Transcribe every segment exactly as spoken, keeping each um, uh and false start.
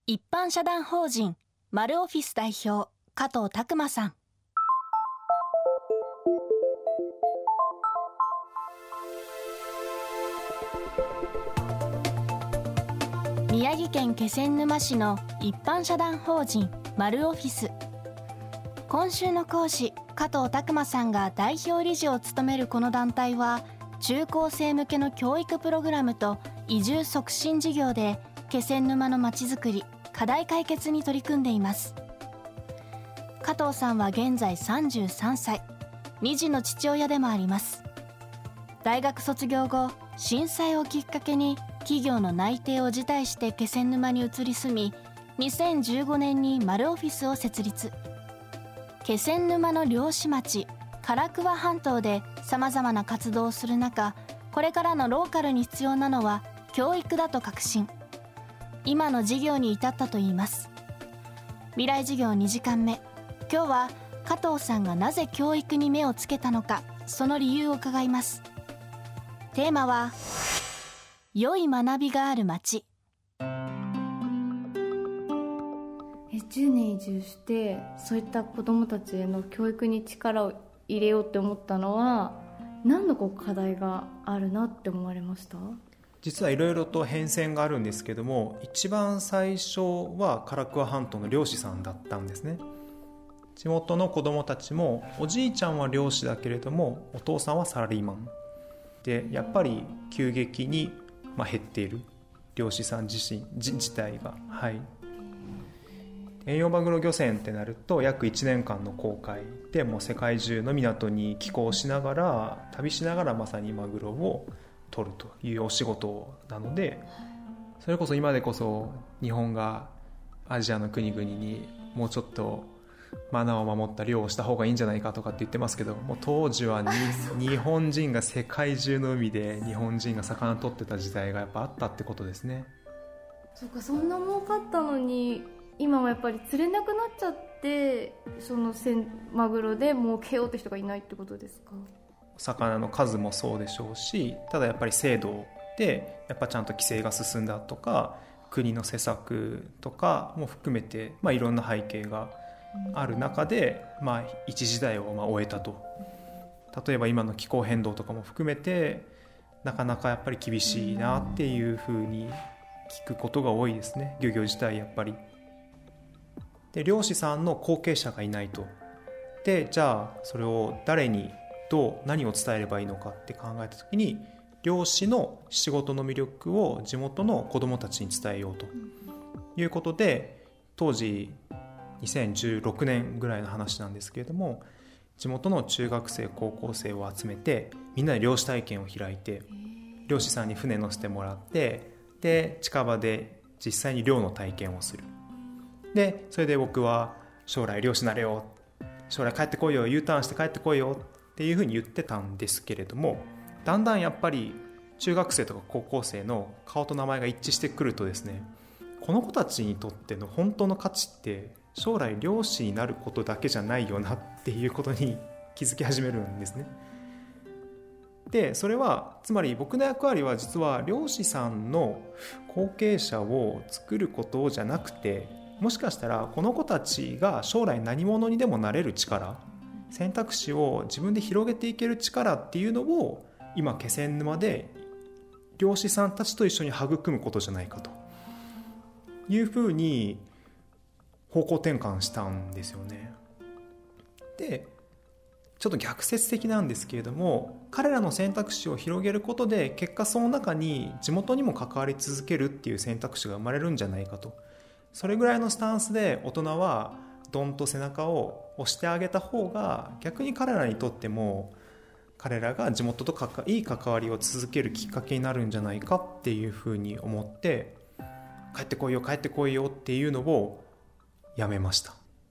一般社団法人マルオフィス代表加藤拓馬さん。宮城県気仙沼市の一般社団法人マルオフィス。今週の講師加藤拓馬さんが代表理事を務めるこの団体は、中高生向けの教育プログラムと移住促進事業で気仙沼のまちづくり、課題解決に取り組んでいます。加藤さんは現在さんじゅうさんさい、に児の父親でもあります。大学卒業後、震災をきっかけに企業の内定を辞退して気仙沼に移り住み、にせんじゅうごねんにマルオフィスを設立。気仙沼の漁師町唐桑半島でさまざまな活動をする中、これからのローカルに必要なのは教育だと確信。今の事業に至ったといいます。未来授業にじかんめ、今日は加藤さんがなぜ教育に目をつけたのか、その理由を伺います。テーマは良い学びがある町。 じゅうねん移住して、そういった子どもたちへの教育に力を入れようって思ったのは、何のこう課題があるなって思われました？ 実はいろいろと変遷があるんですけども、一番最初は唐桑半島の漁師さんだったんですね。地元の子どもたちも、おじいちゃんは漁師だけれどもお父さんはサラリーマンで、やっぱり急激にまあ減っている、漁師さん自身自自体が、はい、遠洋マグロ漁船ってなると約いちねんかんの航海で、もう世界中の港に寄港しながら旅しながらまさにマグロを取るというお仕事なので、それこそ今でこそ日本がアジアの国々にもうちょっとマナーを守った漁をした方がいいんじゃないかとかって言ってますけど、もう当時はに日本人が世界中の海で日本人が魚取ってた時代がやっぱあったってことですね。 そうか、そんな儲かったのに今はやっぱり釣れなくなっちゃって、そのマグロで儲けようって人がいないってことですか？ 魚の数もそうでしょうし、ただやっぱり制度でやっぱちゃんと規制が進んだとか、国の施策とかも含めて、まあ、いろんな背景がある中で、まあ、一時代をまあ終えたと。例えば今の気候変動とかも含めて、なかなかやっぱり厳しいなっていうふうに聞くことが多いですね、漁業自体やっぱり。で、漁師さんの後継者がいないと。で、じゃあそれを誰にどう何を伝えればいいのかって考えた時に、漁師の仕事の魅力を地元の子どもたちに伝えようということで、当時にせんじゅうろくねんぐらいの話なんですけれども、地元の中学生高校生を集めて、みんなで漁師体験を開いて、漁師さんに船乗せてもらって、で近場で実際に漁の体験をする。でそれで僕は将来漁師になれよ、将来帰ってこいよ、U ターンして帰ってこいよっていうふうに言ってたんですけれども、だんだんやっぱり中学生とか高校生の顔と名前が一致してくるとですね、この子たちにとっての本当の価値って将来漁師になることだけじゃないよなっていうことに気づき始めるんですね。でそれはつまり僕の役割は実は漁師さんの後継者を作ることじゃなくて、もしかしたらこの子たちが将来何者にでもなれる力、選択肢を自分で広げていける力っていうのを今気仙沼で漁師さんたちと一緒に育むことじゃないかというふうに方向転換したんですよね。でちょっと逆説的なんですけれども、彼らの選択肢を広げることで結果その中に地元にも関わり続けるっていう選択肢が生まれるんじゃないかと。それぐらいのスタンスで大人はドンと背中を押してあげた方が、逆に彼らにとっても彼らが地元とかいい関わりを続けるきっかけになるんじゃないかっていうふうに思って、帰ってこいよ帰ってこいよっていうのをやめました。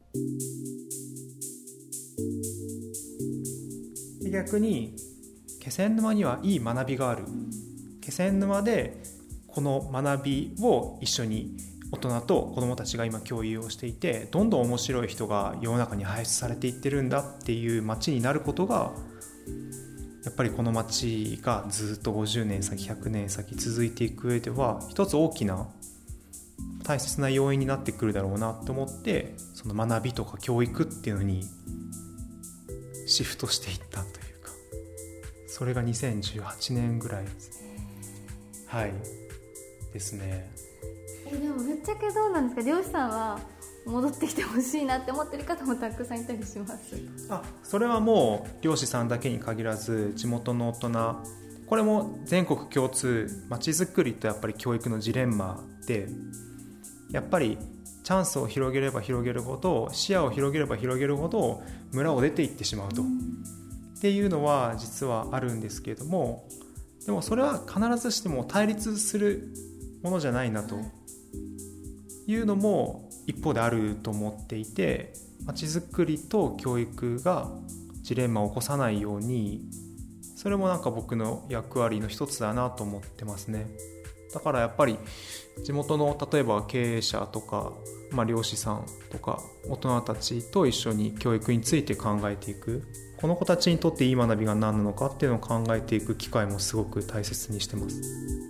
で逆に気仙沼にはいい学びがある、気仙沼でこの学びを一緒に大人と子どもたちが今共有をしていて、どんどん面白い人が世の中に輩出されていってるんだっていう街になることが、やっぱりこの街がずっとごじゅうねん先ひゃくねん先続いていく上では一つ大きな大切な要因になってくるだろうなと思って、その学びとか教育っていうのにシフトしていったというか、それがにせんじゅうはちねんぐらいですね。はいですね。 えでもぶっちゃけどうなんですか、漁師さんは戻ってきてほしいなって思ってる方もたくさんいたりします？ あ、それはもう漁師さんだけに限らず、地元の大人、これも全国共通、まちづくりとやっぱり教育のジレンマで、やっぱりチャンスを広げれば広げるほど、視野を広げれば広げるほど村を出ていってしまうと、うん、っていうのは実はあるんですけれども、でもそれは必ずしても対立するものじゃないなというのも一方であると思っていて、まちづくりと教育がジレンマを起こさないように、それもなんか僕の役割の一つだなと思ってますね。だからやっぱり地元の例えば経営者とか、まあ、漁師さんとか大人たちと一緒に教育について考えていく、この子たちにとっていい学びが何なのかっていうのを考えていく機会もすごく大切にしてます。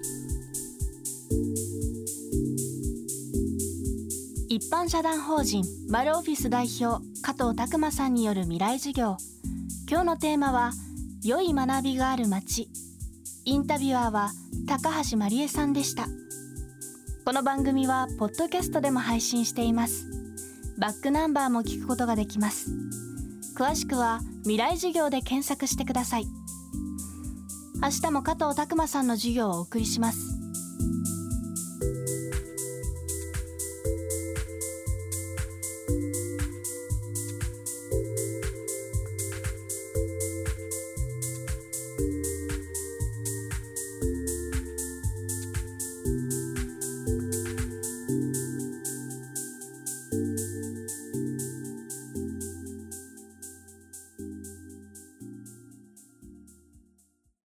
一般社団法人マルオフィス代表加藤拓磨さんによる未来授業。今日のテーマは良い学びがある街。インタビュアーは高橋まりえさんでした。この番組はポッドキャストでも配信しています。バックナンバーも聞くことができます。詳しくは未来授業で検索してください。明日も加藤拓磨さんの授業をお送りします。